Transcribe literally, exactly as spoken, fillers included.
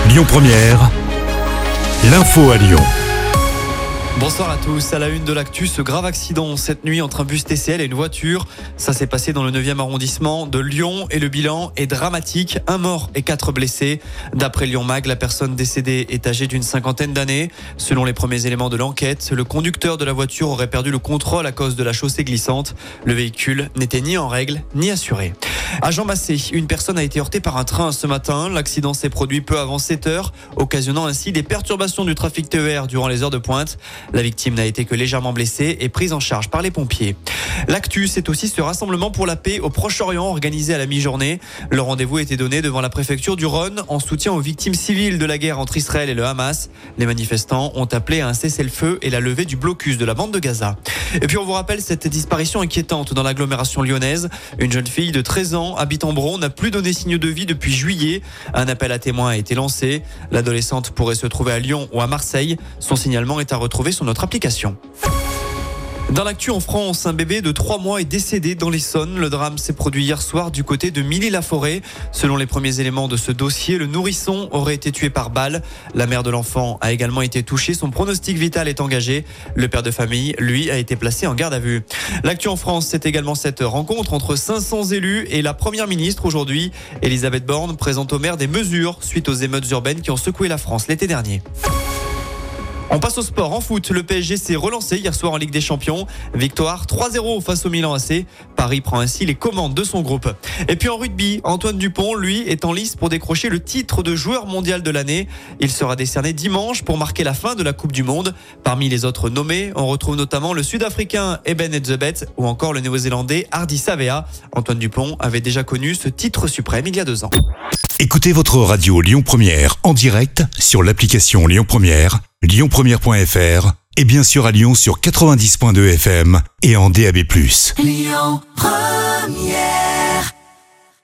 Lyon Première, l'info à Lyon. Bonsoir à tous. À la une de l'actu, ce grave accident cette nuit entre un bus T C L et une voiture. Ça s'est passé dans le neuvième arrondissement de Lyon et le bilan est dramatique. Un mort et quatre blessés. D'après Lyon Mag, la personne décédée est âgée d'une cinquantaine d'années. Selon les premiers éléments de l'enquête, le conducteur de la voiture aurait perdu le contrôle à cause de la chaussée glissante. Le véhicule n'était ni en règle ni assuré. À Jean-Massé, une personne a été heurtée par un train ce matin. L'accident s'est produit peu avant sept heures, occasionnant ainsi des perturbations du trafic T E R durant les heures de pointe. La victime n'a été que légèrement blessée et prise en charge par les pompiers. L'actu, c'est aussi ce rassemblement pour la paix au Proche-Orient organisé à la mi-journée. Le rendez-vous était donné devant la préfecture du Rhône en soutien aux victimes civiles de la guerre entre Israël et le Hamas. Les manifestants ont appelé à un cessez-le-feu et la levée du blocus de la bande de Gaza. Et puis on vous rappelle cette disparition inquiétante dans l'agglomération lyonnaise. Une jeune fille de treize ans habite en Bron, n'a plus donné signe de vie depuis juillet. Un appel à témoins a été lancé. L'adolescente pourrait se trouver à Lyon ou à Marseille. Son signalement est à retrouver sur notre application. Dans l'actu en France, un bébé de trois mois est décédé dans l'Essonne. Le drame s'est produit hier soir du côté de Milly-la-Forêt. Selon les premiers éléments de ce dossier, le nourrisson aurait été tué par balle. La mère de l'enfant a également été touchée. Son pronostic vital est engagé. Le père de famille, lui, a été placé en garde à vue. L'actu en France, c'est également cette rencontre entre cinq cents élus et la première ministre aujourd'hui. Elisabeth Borne présente au maire des mesures suite aux émeutes urbaines qui ont secoué la France l'été dernier. On passe au sport. En foot, le P S G s'est relancé hier soir en Ligue des Champions. Victoire trois zéro face au Milan A C. Paris prend ainsi les commandes de son groupe. Et puis en rugby, Antoine Dupont, lui, est en lice pour décrocher le titre de joueur mondial de l'année. Il sera décerné dimanche pour marquer la fin de la Coupe du Monde. Parmi les autres nommés, on retrouve notamment le Sud-Africain Eben Etzebeth ou encore le Néo-Zélandais Hardy Savea. Antoine Dupont avait déjà connu ce titre suprême il y a deux ans. Écoutez votre radio Lyon Première en direct sur l'application Lyon Première, lyon première point f r et bien sûr à Lyon sur quatre-vingt-dix point deux F M et en D A B plus. Lyon Première.